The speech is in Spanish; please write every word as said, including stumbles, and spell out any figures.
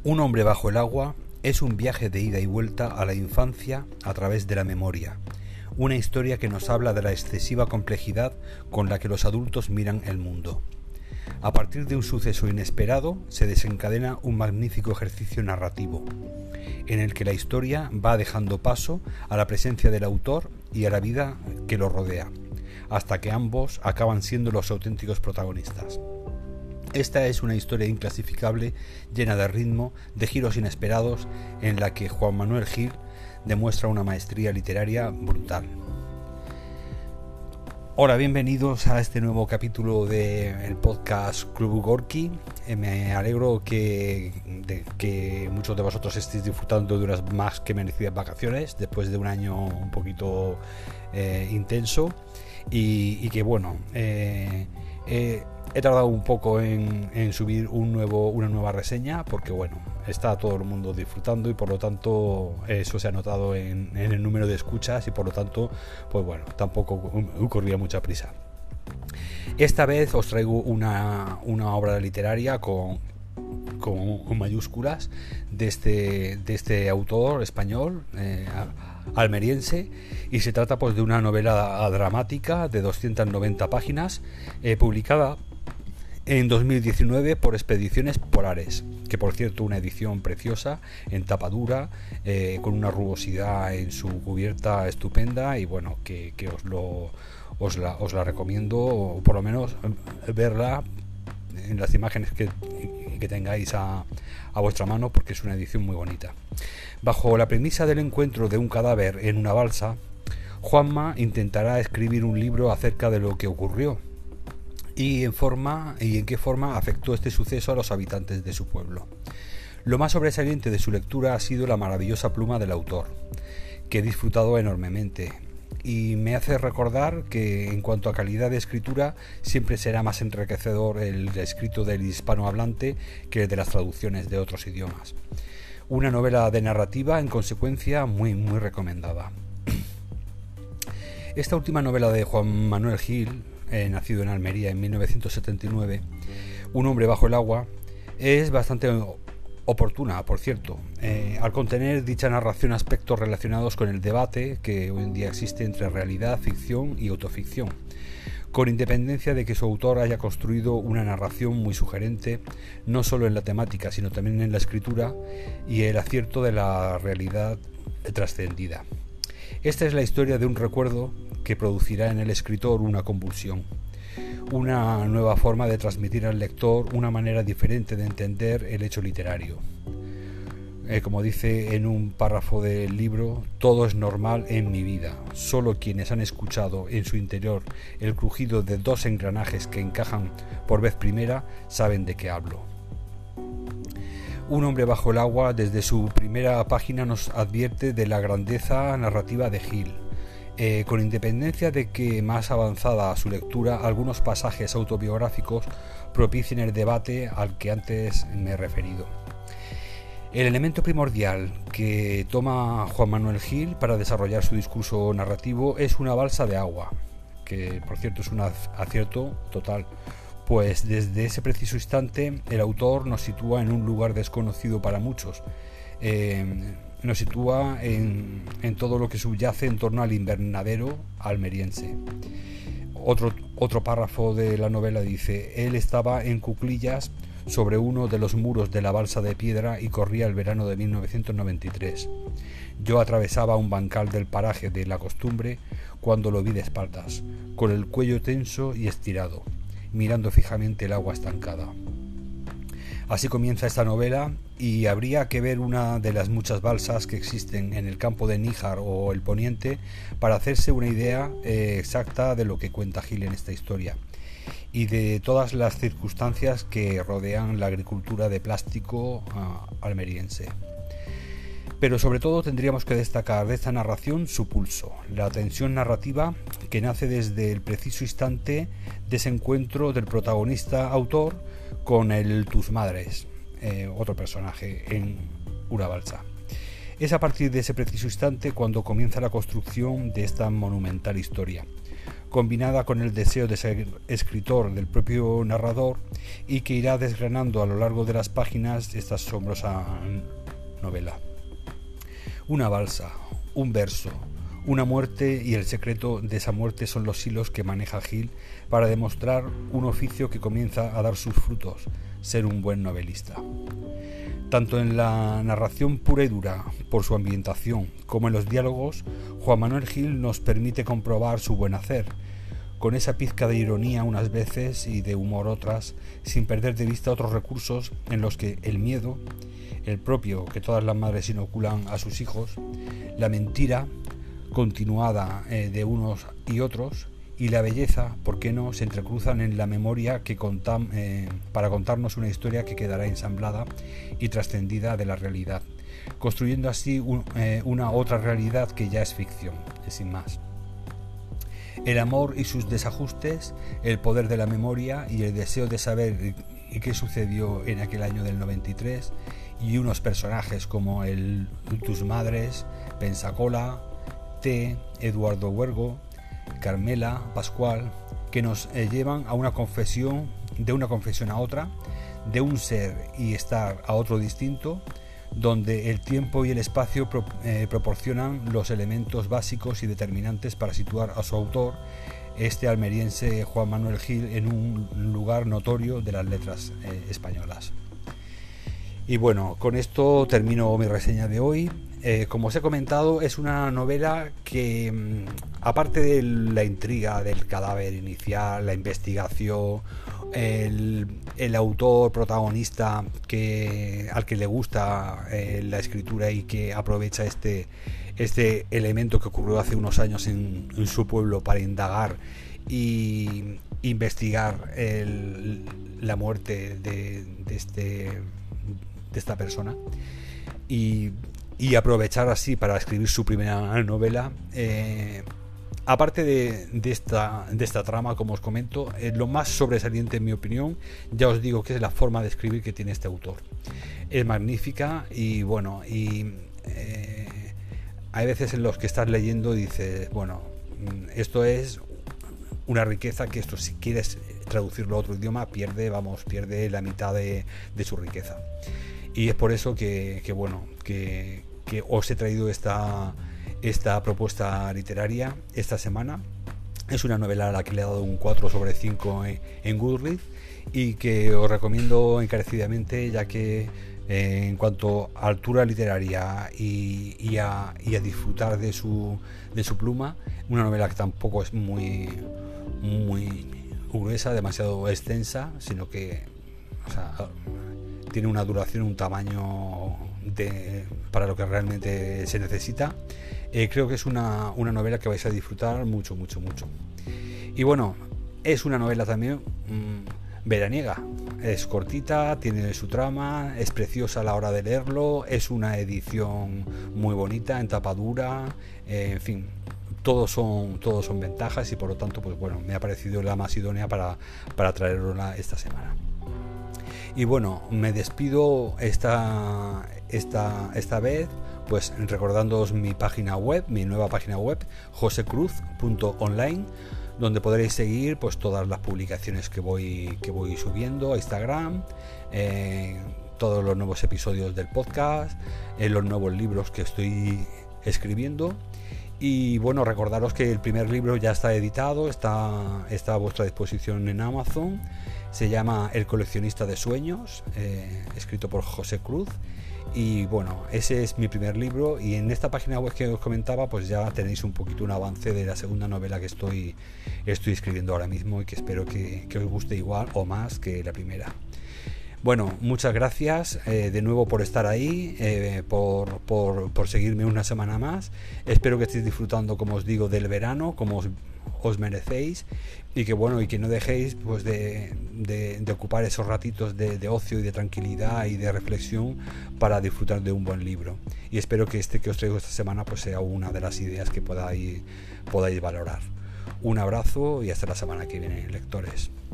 Un hombre bajo el agua es un viaje de ida y vuelta a la infancia a través de la memoria, una historia que nos habla de la excesiva complejidad con la que los adultos miran el mundo. A partir de un suceso inesperado se desencadena un magnífico ejercicio narrativo, en el que la historia va dejando paso a la presencia del autor y a la vida que lo rodea, hasta que ambos acaban siendo los auténticos protagonistas. Esta es una historia inclasificable, llena de ritmo, de giros inesperados, en la que Juan Manuel Gil demuestra una maestría literaria brutal. Hola, bienvenidos a este nuevo capítulo del podcast Club Gorky. Eh, me alegro que, de, que muchos de vosotros estéis disfrutando de unas más que merecidas vacaciones después de un año un poquito eh, intenso y, y que bueno, eh, eh, he tardado un poco en, en subir un nuevo, una nueva reseña porque bueno, está todo el mundo disfrutando y por lo tanto eso se ha notado en, en el número de escuchas y por lo tanto pues bueno, tampoco corría mucha prisa. Esta vez os traigo una, una obra literaria con, con mayúsculas de este, de este autor español, eh, almeriense, y se trata pues de una novela dramática de doscientas noventa páginas, eh, publicada en dos mil diecinueve por Expediciones Polares, que por cierto una edición preciosa en tapa dura, eh, con una rugosidad en su cubierta estupenda y bueno, que, que os, lo, os, la, os la recomiendo, o por lo menos verla en las imágenes que, que tengáis a, a vuestra mano, porque es una edición muy bonita. Bajo la premisa del encuentro de un cadáver en una balsa, Juanma intentará escribir un libro acerca de lo que ocurrió y en forma y en qué forma afectó este suceso a los habitantes de su pueblo. Lo más sobresaliente de su lectura ha sido la maravillosa pluma del autor, que he disfrutado enormemente y me hace recordar que en cuanto a calidad de escritura siempre será más enriquecedor el escrito del hispanohablante que el de las traducciones de otros idiomas. Una novela de narrativa, en consecuencia, muy muy recomendada. Esta última novela de Juan Manuel Gil, eh, nacido en Almería en mil novecientos setenta y nueve, Un hombre bajo el agua, es bastante oportuna, por cierto, eh, al contener dicha narración aspectos relacionados con el debate que hoy en día existe entre realidad, ficción y autoficción, con independencia de que su autor haya construido una narración muy sugerente, no solo en la temática, sino también en la escritura y el acierto de la realidad trascendida. Esta es la historia de un recuerdo que producirá en el escritor una convulsión, una nueva forma de transmitir al lector una manera diferente de entender el hecho literario. Eh, como dice en un párrafo del libro, todo es normal en mi vida, solo quienes han escuchado en su interior el crujido de dos engranajes que encajan por vez primera saben de qué hablo. Un hombre bajo el agua, desde su primera página nos advierte de la grandeza narrativa de Gil, eh, con independencia de que más avanzada su lectura, algunos pasajes autobiográficos propicien el debate al que antes me he referido. El elemento primordial que toma Juan Manuel Gil para desarrollar su discurso narrativo es una balsa de agua, que por cierto es un acierto total, pues desde ese preciso instante el autor nos sitúa en un lugar desconocido para muchos, eh, nos sitúa en, en todo lo que subyace en torno al invernadero almeriense. Otro, otro párrafo de la novela dice: él estaba en cuclillas sobre uno de los muros de la balsa de piedra y corría el verano de mil novecientos noventa y tres. Yo atravesaba un bancal del paraje de la costumbre cuando lo vi de espaldas, con el cuello tenso y estirado, mirando fijamente el agua estancada. Así comienza esta novela y habría que ver una de las muchas balsas que existen en el campo de Níjar o el Poniente para hacerse una idea eh, exacta de lo que cuenta Gil en esta historia y de todas las circunstancias que rodean la agricultura de plástico uh, almeriense. Pero sobre todo tendríamos que destacar de esta narración su pulso, la tensión narrativa que nace desde el preciso instante de ese encuentro del protagonista autor con el Tus Madres, eh, otro personaje en una balsa. Es a partir de ese preciso instante cuando comienza la construcción de esta monumental historia, combinada con el deseo de ser escritor del propio narrador, y que irá desgranando a lo largo de las páginas esta asombrosa novela. Una balsa, un verso, una muerte, y el secreto de esa muerte son los hilos que maneja Gil para demostrar un oficio que comienza a dar sus frutos, ser un buen novelista. Tanto en la narración pura y dura, por su ambientación, como en los diálogos, Juan Manuel Gil nos permite comprobar su buen hacer, con esa pizca de ironía unas veces y de humor otras, sin perder de vista otros recursos en los que el miedo, el propio que todas las madres inoculan a sus hijos, la mentira, continuada eh, de unos y otros, y la belleza, ¿por qué no?, se entrecruzan en la memoria que contam, eh, para contarnos una historia que quedará ensamblada y trascendida de la realidad, construyendo así un, eh, una otra realidad que ya es ficción, sin más. El amor y sus desajustes, el poder de la memoria y el deseo de saber qué sucedió en aquel año del noventa y tres, y unos personajes como el Tus Madres, Pensacola, T, Eduardo Huergo, Carmela, Pascual, que nos eh, llevan a una confesión, de una confesión a otra, de un ser y estar a otro distinto, donde el tiempo y el espacio pro, eh, proporcionan los elementos básicos y determinantes para situar a su autor, este almeriense Juan Manuel Gil, en un lugar notorio de las letras eh, españolas. Y bueno, con esto termino mi reseña de hoy. Eh, como os he comentado, es una novela que, aparte de la intriga del cadáver inicial, la investigación, el, el autor protagonista que, al que le gusta eh, la escritura y que aprovecha este, este elemento que ocurrió hace unos años en, en su pueblo para indagar y investigar el, la muerte de, de, este, de esta persona, y y aprovechar así para escribir su primera novela. Eh, aparte de, de, esta, de esta trama, como os comento, eh, lo más sobresaliente en mi opinión, ya os digo que es la forma de escribir que tiene este autor. Es magnífica y bueno, y eh, hay veces en los que estás leyendo y dices, bueno, esto es una riqueza que esto, si quieres traducirlo a otro idioma, pierde, vamos, pierde la mitad de, de su riqueza. Y es por eso que, que bueno, que, que os he traído esta, esta propuesta literaria esta semana. Es una novela a la que le he dado un cuatro sobre cinco en, en Goodreads, y que os recomiendo encarecidamente, ya que eh, en cuanto a altura literaria y, y, a, y a disfrutar de su, de su pluma, una novela que tampoco es muy, muy gruesa, demasiado extensa, sino que, o sea, tiene una duración, un tamaño de, para lo que realmente se necesita. Eh, creo que es una, una novela que vais a disfrutar mucho, mucho, mucho. Y bueno, es una novela también mmm, veraniega. Es cortita, tiene su trama, es preciosa a la hora de leerlo, es una edición muy bonita, en tapa dura, eh, en fin, todos son, todos son ventajas, y por lo tanto, pues bueno, me ha parecido la más idónea para, para traerla esta semana. Y bueno, me despido esta, esta, esta vez, pues recordándoos mi página web, mi nueva página web, josecruz punto online, donde podréis seguir pues todas las publicaciones que voy, que voy subiendo a Instagram, eh, todos los nuevos episodios del podcast, eh, los nuevos libros que estoy escribiendo. Y bueno, recordaros que el primer libro ya está editado, está, está a vuestra disposición en Amazon. Se llama El coleccionista de sueños, eh, escrito por José Cruz. Y bueno, ese es mi primer libro, y en esta página web que os comentaba, pues ya tenéis un poquito un avance de la segunda novela que estoy, estoy escribiendo ahora mismo, y que espero que, que os guste igual o más que la primera. Bueno, muchas gracias eh, de nuevo por estar ahí, eh, por, por, por seguirme una semana más. Espero que estéis disfrutando, como os digo, del verano, como os, os merecéis, y que bueno, y que no dejéis pues de, de, de ocupar esos ratitos de, de ocio y de tranquilidad y de reflexión para disfrutar de un buen libro. Y espero que este que os traigo esta semana pues sea una de las ideas que podáis, podáis valorar. Un abrazo y hasta la semana que viene, lectores.